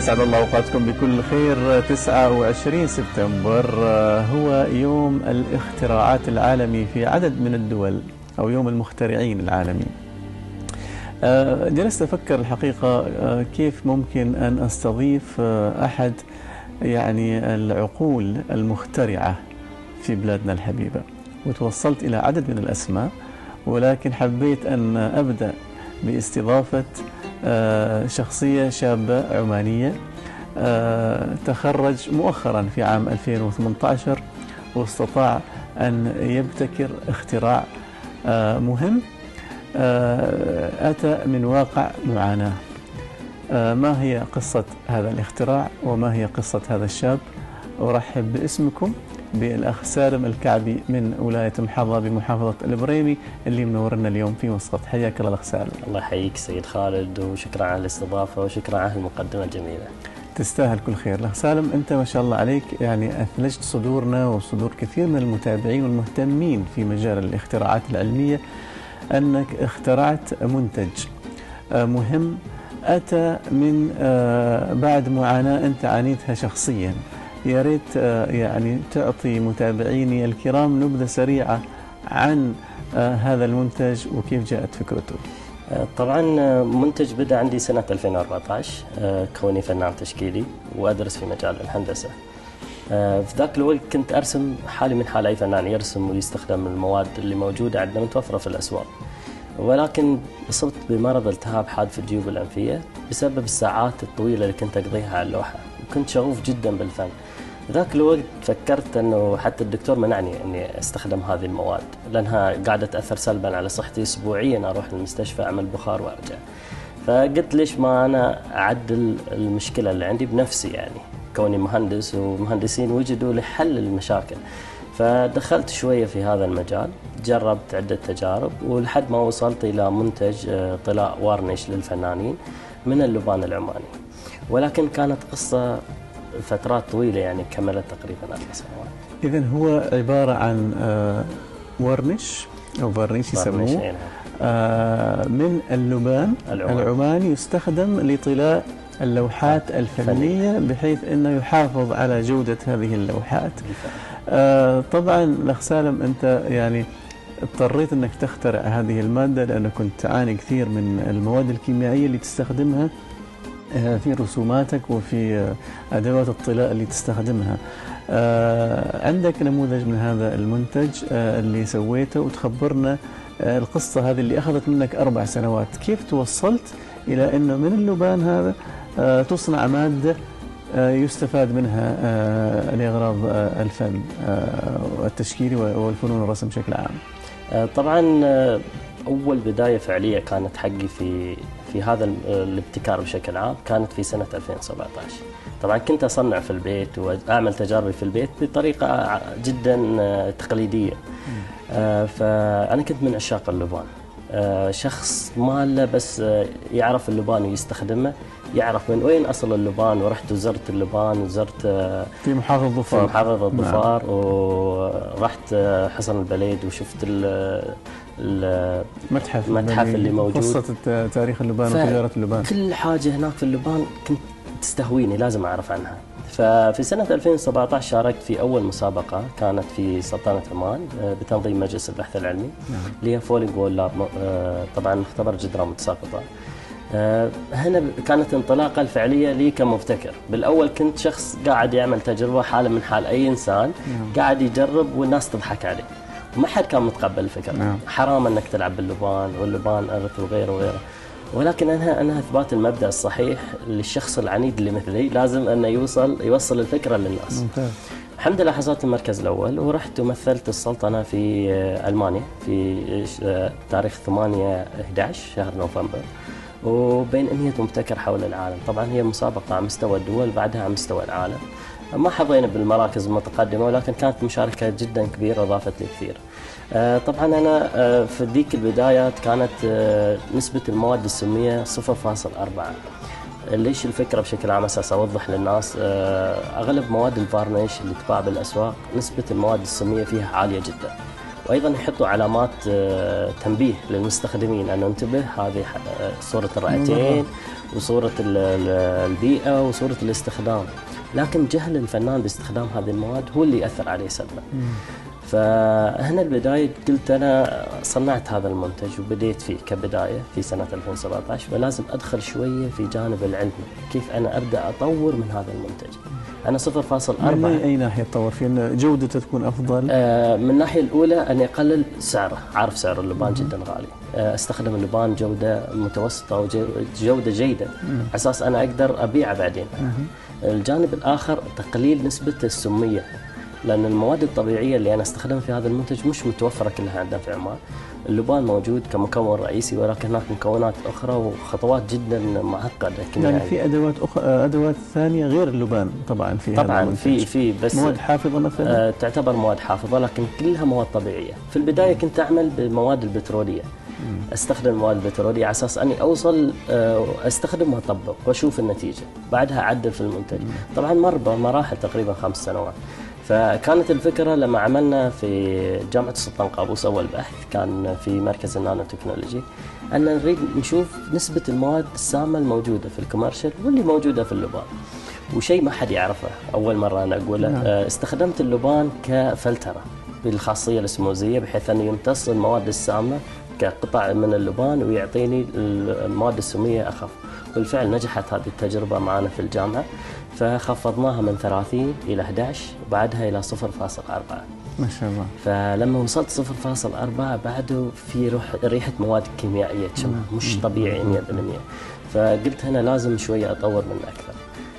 أسعد الله أوقاتكم بكل خير. 29 سبتمبر هو يوم الاختراعات العالمي في عدد من الدول، أو يوم المخترعين العالمي. جلست أفكر الحقيقة كيف ممكن أن أستضيف أحد يعني العقول المخترعة في بلادنا الحبيبة، وتوصلت إلى عدد من الأسماء، ولكن حبيت أن أبدأ باستضافة شخصية شابة عمانية تخرج مؤخرا في عام 2018 واستطاع أن يبتكر اختراع مهم أتى من واقع معاناة. ما هي قصة هذا الاختراع وما هي قصة هذا الشاب؟ أرحب باسمكم بالأخ سالم الكعبي من ولاية محافظة بمحافظة البريمي اللي منورنا اليوم في مسقط. حياك الله الأخ سالم. الله يحييك سيد خالد، وشكرا على الاستضافة وشكرا على المقدمة الجميلة. تستاهل كل خير. الأخ سالم، أنت ما شاء الله عليك يعني أثلجت صدورنا وصدور كثير من المتابعين والمهتمين في مجال الاختراعات العلمية، أنك اخترعت منتج مهم أتى من بعد معاناة أنت عانيتها شخصيا. يا ريت يعني تعطي متابعيني الكرام نبذة سريعة عن هذا المنتج وكيف جاءت فكرته. طبعا منتج بدأ عندي سنة 2014 كوني فنان تشكيلي وأدرس في مجال الهندسة. في ذاك الوقت كنت أرسم حالي من حال أي فنان يرسم ويستخدم المواد اللي موجودة عندنا متوفرة في الأسواق، ولكن أصبت بمرض التهاب حاد في الجيوب الأنفية بسبب الساعات الطويلة اللي كنت أقضيها على اللوحة، وكنت شغوف جدا بالفن. ذاك الوقت فكرت أنه حتى الدكتور منعني أني أستخدم هذه المواد لأنها قاعدة تأثر سلبا على صحتي. أسبوعيا أروح المستشفى أعمل بخار وأرجع. فقلت ليش ما أنا أعدل المشكلة اللي عندي بنفسي، يعني كوني مهندس ومهندسين وجدوا لحل المشاكل. فدخلت شوية في هذا المجال، جربت عدة تجارب ولحد ما وصلت إلى منتج طلاء وارنيش للفنانين من اللبان العماني، ولكن كانت قصة فترات طويلة، يعني كملت تقريبا 4 سنوات. إذن هو عبارة عن وارنيش أو فارنيش يسموه من اللبان العماني، يستخدم لطلاء اللوحات الفنية بحيث أنه يحافظ على جودة هذه اللوحات. طبعا الأخ سالم، أنت يعني اضطريت أنك تخترع هذه المادة لأنك كنت تعاني كثير من المواد الكيميائية اللي تستخدمها في رسوماتك وفي أدوات الطلاء اللي تستخدمها. عندك نموذج من هذا المنتج اللي سويته، وتخبرنا القصة هذه اللي أخذت منك 4 سنوات. كيف توصلت إلى أنه من اللبان هذا تصنع مادة يستفاد منها لأغراض الفن والتشكيل والفنون الرسم بشكل عام؟ طبعا أول بداية فعلية كانت حقي في هذا الابتكار بشكل عام كانت في سنة 2017. طبعا كنت أصنع في البيت وأعمل تجاربي في البيت بطريقة جدا تقليدية. فأنا كنت من عشاق اللبان، شخص ما له بس يعرف اللبان ويستخدمه، يعرف من وين أصل اللبان. ورحت وزرت اللبان، وزرت في محافظة ظفار. في محافظة ظفار. نعم. ورحت حصن البليد وشفت المتحف اللي موجود، قصة تاريخ اللبان وتجارة اللبان. كل حاجة هناك في اللبان كنت تستهويني، لازم أعرف عنها. ففي سنة 2017 شاركت في أول مسابقة كانت في سلطنة عمان بتنظيم مجلس البحث العلمي. نعم. اللي هي فولينج وول لاب. طبعا اختبر جدران متساقطة. هنا كانت انطلاقة الفعلية لي كمبتكر. بالأول كنت شخص قاعد يعمل تجربة حالة من حال أي إنسان. نعم. قاعد يجرب والناس تضحك عليه وما حد كان متقبل الفكرة. نعم. حرام أنك تلعب باللبان واللبان أرث وغيره وغيره. ولكن أنا إثبات المبدأ الصحيح للشخص العنيد اللي مثلي لازم أنه يوصل الفكرة للناس. ممتاز. الحمد لله حصلت المركز الأول، ورحت ومثلت السلطنة في ألمانيا في تاريخ 8/11 شهر نوفمبر، وبين 100 مبتكر حول العالم. طبعا هي مسابقة على مستوى الدول، بعدها على مستوى العالم. ما حظينا بالمراكز المتقدمة، ولكن كانت مشاركة جدا كبيرة وضافت لي كثير. طبعا أنا في ذيك البدايات كانت نسبة المواد السمية 0.4. ليش الفكرة بشكل عام أساس أوضح للناس؟ أغلب مواد الفارنيش اللي تباع بالأسواق نسبة المواد السمية فيها عالية جدا، وايضا يحطوا علامات تنبيه للمستخدمين انه انتبه، هذه صوره الرئتين وصوره البيئه وصوره الاستخدام. لكن جهل الفنان باستخدام هذه المواد هو اللي ياثر عليه سلبا. فهنا البداية قلت أنا صنعت هذا المنتج وبديت فيه كبداية في سنة 2017، فلازم أدخل شوية في جانب العلم، كيف أنا أبدأ أطور من هذا المنتج. أنا 0.4 من أي ناحية تطور فيه؟ أن جودته تكون أفضل؟ من الناحية الأولى أن أقلل سعره، عارف سعر اللبان جدا غالي، أستخدم اللبان جودة متوسطة وجودة جيدة على أساس أنا أقدر أبيعه بعدين. الجانب الآخر تقليل نسبة السمية، لأن المواد الطبيعية اللي أنا استخدمها في هذا المنتج مش متوفرة كلها عندنا في عمان. اللبان موجود كمكون رئيسي، ولكن هناك مكونات أخرى وخطوات جدا معقدة يعني في أدوات ثانية غير اللبان طبعا في طبعا هذا المنتج. في بس مواد حافظة مثلا؟ تعتبر مواد حافظة، لكن كلها مواد طبيعية. في البداية كنت أعمل بالمواد البترولية، استخدم المواد البترولية على اساس اني اوصل استخدم واطبق واشوف النتيجة، بعدها اعدل في المنتج. طبعا مر بمراحل تقريبا 5 سنوات. فكانت الفكرة لما عملنا في جامعة السلطان قابوس أول بحث كان في مركز النانو تكنولوجي، أن نريد نشوف نسبة المواد السامة الموجودة في الكوميرشال واللي موجودة في اللبان، وشيء ما حد يعرفه أول مرة أنا أقوله. استخدمت اللبان كفلترة بالخاصية الاسموزية، بحيث أنه يمتص المواد السامة كقطع من اللبان ويعطيني المواد السمية أخف. بالفعل نجحت هذه التجربة معنا في الجامعة، فخفضناها من 30 إلى 11 وبعدها إلى 0.4. ما شاء الله. فلما وصلت 0.4 بعده في ريحة مواد كيميائية تشمها مش طبيعي 100%. فقلت هنا لازم شوية أطور من أكثر.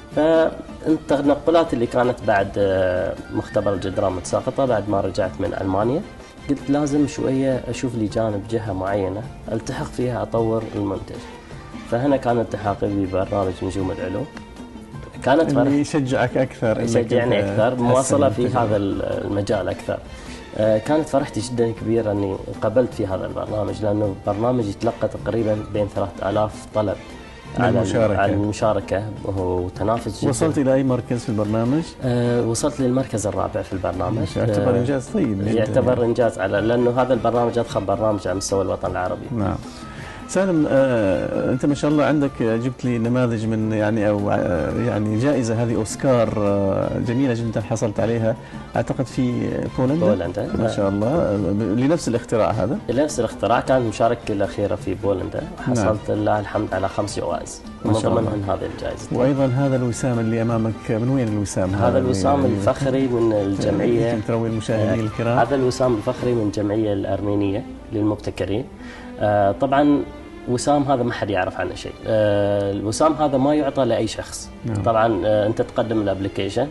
فالتنقلات اللي كانت بعد مختبر الجدران متساقطة بعد ما رجعت من ألمانيا، قلت لازم شوية أشوف لي جانب جهة معينة ألتحق فيها أطور المنتج. فهنا كان التحاقي ببرنامج نجوم العلوم، كانت اللي يشجعك أكثر، يشجعني أكثر مواصلة في هذا المجال أكثر. كانت فرحتي جدا كبيرة أني قبلت في هذا البرنامج، لأنه برنامج يتلقى تقريبا بين 3000 طلب على المشاركة، وهو تنافس جدا. وصلت إلى أي مركز في البرنامج؟ وصلت للمركز الرابع في البرنامج. يعتبر إنجاز طيب. يعتبر إنجاز لأنه هذا البرنامج أضخم برنامج على مستوى الوطن العربي. نعم. سالم، أنت ما شاء الله عندك جبت لي نماذج من يعني جائزة هذه أوسكار جميلة جدا حصلت عليها أعتقد في بولندا. ما شاء الله، لنفس الاختراع هذا. لنفس الاختراع كانت مشاركة الأخيرة في بولندا، وحصلت لله الحمد على 5 جوائز من ضمنهن هذه الجائزة. وأيضا هذا الوسام اللي أمامك من وين الوسام؟ هذا الوسام الفخري من الجمعية، يمكن تروي المشاهدين الكرام. هذا الوسام الفخري من الجمعية الأرمينية للمبتكرين. طبعا وسام هذا ما حد يعرف عنه شيء. الوسام هذا ما يعطى لأي شخص. طبعا أنت تقدم الابليكيشن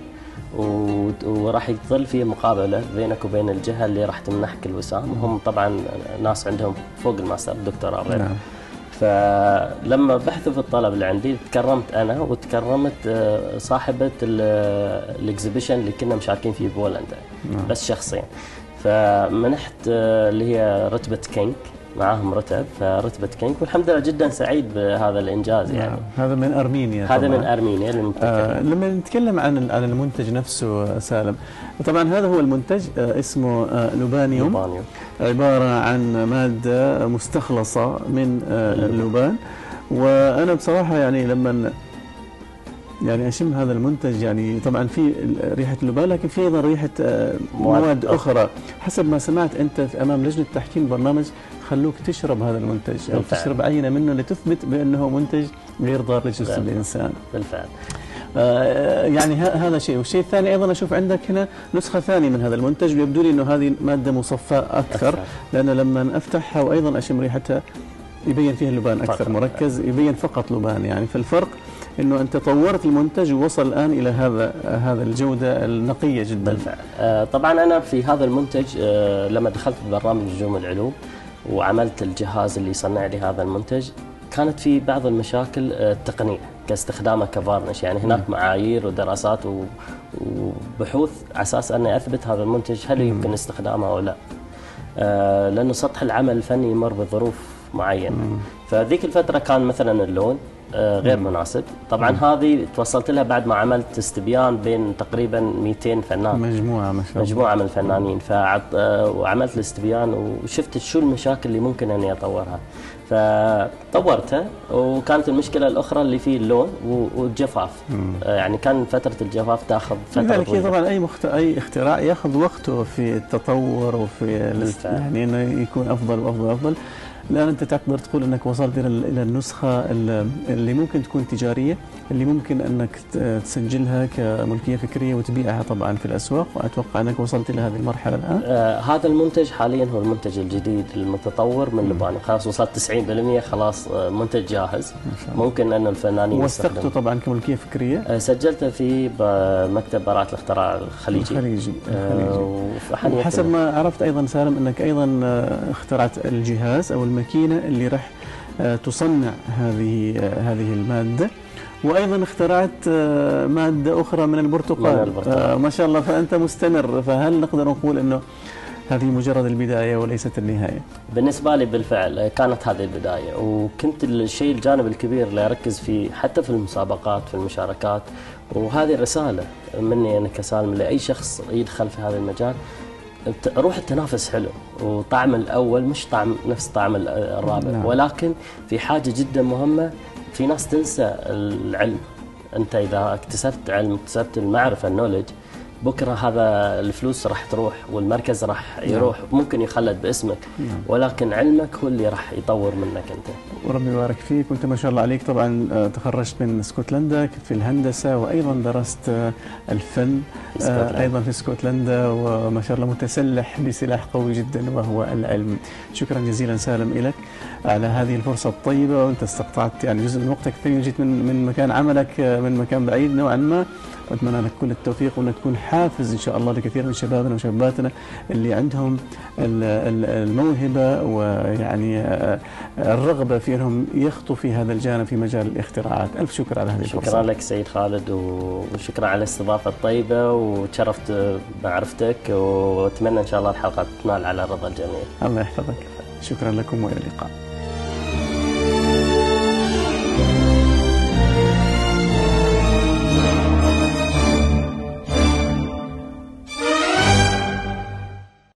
وراح يظل في مقابلة بينك وبين الجهة اللي راح تمنحك الوسام، وهم طبعا ناس عندهم فوق الماستر دكتوراه غير. فلما بحثوا في الطلب اللي عندي تكرمت أنا وتكرمت صاحبة الاكزيبيشن اللي كنا مشاركين فيه بولندا، بس شخصين. فمنحت اللي هي رتبة كينج، معاهم رتب، فرتبة كينج، والحمد لله جدا سعيد بهذا الإنجاز. يعني هذا من أرمينيا. هذا من أرمينيا لما نتكلم عن المنتج نفسه سالم، طبعا هذا هو المنتج اسمه لوبانيوم، عبارة عن مادة مستخلصة من اللبان. وأنا بصراحة يعني لما أشم هذا المنتج، يعني طبعا في ريحة اللبان لكن في أيضا ريحة مواد أخرى. حسب ما سمعت أنت أمام لجنة تحكيم البرنامج خلوك تشرب هذا المنتج أو تشرب عينة منه لتثبت بأنه منتج غير ضار لجسم الإنسان. بالفعل. يعني هذا شيء. والشيء الثاني أيضا أشوف عندك هنا نسخة ثانية من هذا المنتج، ويبدو لي أنه هذه مادة مصفاة أكثر، لأن لما أفتحها وأيضا أشم ريحتها يبين فيها اللبان أكثر مركز، يبين فقط لبان. يعني فالفرق انه انت طورت المنتج ووصل الان الى هذا الجوده النقيه جدا. بالفعل. طبعا انا في هذا المنتج لما دخلت برنامج نجوم العلوم وعملت الجهاز اللي يصنع لي هذا المنتج، كانت في بعض المشاكل التقنيه كاستخدامه كفارنش. يعني هناك معايير ودراسات وبحوث على اساس اني اثبت هذا المنتج هل يمكن استخدامه او لا، لانه سطح العمل الفني يمر بظروف معينه. فذيك الفتره كان مثلا اللون غير مناسب. طبعا هذه توصلت لها بعد ما عملت استبيان بين تقريبا 200 فنان، مجموعة ما شاء الله، مجموعة من الفنانين، وعملت الاستبيان وشفت شو المشاكل اللي ممكن اني اطورها، فطورتها. وكانت المشكلة الأخرى اللي فيه اللون والجفاف، يعني كان فترة الجفاف تاخذ فترة لذلك طويلة. طبعا أي اختراع ياخذ وقته في التطور وفي يعني إنه يكون أفضل وأفضل وأفضل. الآن أنت تقدر تقول أنك وصلت إلى النسخة اللي ممكن تكون تجارية، اللي ممكن أنك تسجلها كملكية فكرية وتبيعها طبعا في الأسواق، وأتوقع أنك وصلت إلى هذه المرحلة الآن. هذا المنتج حاليا هو المنتج الجديد المتطور من لبنان، خلاص وصلت 90%، خلاص منتج جاهز ممكن أن الفنانين وثقته طبعا كملكية فكرية. سجلته في مكتب براءة الاختراع الخليجي. وحسب ما عرفت أيضا سالم أنك أيضا اخترعت الجهاز أو الماكينة اللي راح تصنع هذه المادة، وأيضا اخترعت مادة أخرى من البرتقال. ما شاء الله، فأنت مستمر. فهل نقدر نقول أنه هذه مجرد البداية وليست النهاية؟ بالنسبة لي بالفعل كانت هذه البداية، وكنت الجانب الكبير اللي أركز فيه حتى في المسابقات في المشاركات. وهذه الرسالة مني أنا كسالم لأي شخص يدخل في هذا المجال، روح التنافس حلو، وطعم الأول مش نفس طعم الرابع. نعم. ولكن في حاجة جدا مهمة، في ناس تنسى العلم. أنت إذا اكتسبت علم، اكتسبت المعرفة، النولج، بكرة هذا الفلوس راح تروح والمركز راح يروح. نعم. ممكن يخلد باسمك. نعم. ولكن علمك هو اللي راح يطور منك أنت. وربي يبارك فيك. وأنت ما شاء الله عليك طبعا تخرجت من اسكتلندا في الهندسة، وأيضا درست الفن أيضا في اسكتلندا، وما شاء الله متسلح بسلاح قوي جدا وهو العلم. شكرا جزيلا سالم لك على هذه الفرصة الطيبة، وأنت استقطعت يعني جزء من وقتك الثمين، جيت من مكان عملك من مكان بعيد نوعا ما. وأتمنى لك كل التوفيق، وأنك تكون حافز إن شاء الله لكثير من شبابنا وشاباتنا اللي عندهم الموهبة ويعني الرغبة في أنهم يخطوا في هذا الجانب في مجال الاختراعات. ألف شكر على هذه الفرصة. شكرا لك سيد خالد، وشكرا على الاستضافة الطيبة، وتشرفت بمعرفتك، وأتمنى إن شاء الله الحلقة تنال على رضا الجميع. الله يحفظك. شكرا لكم وإلى اللقاء.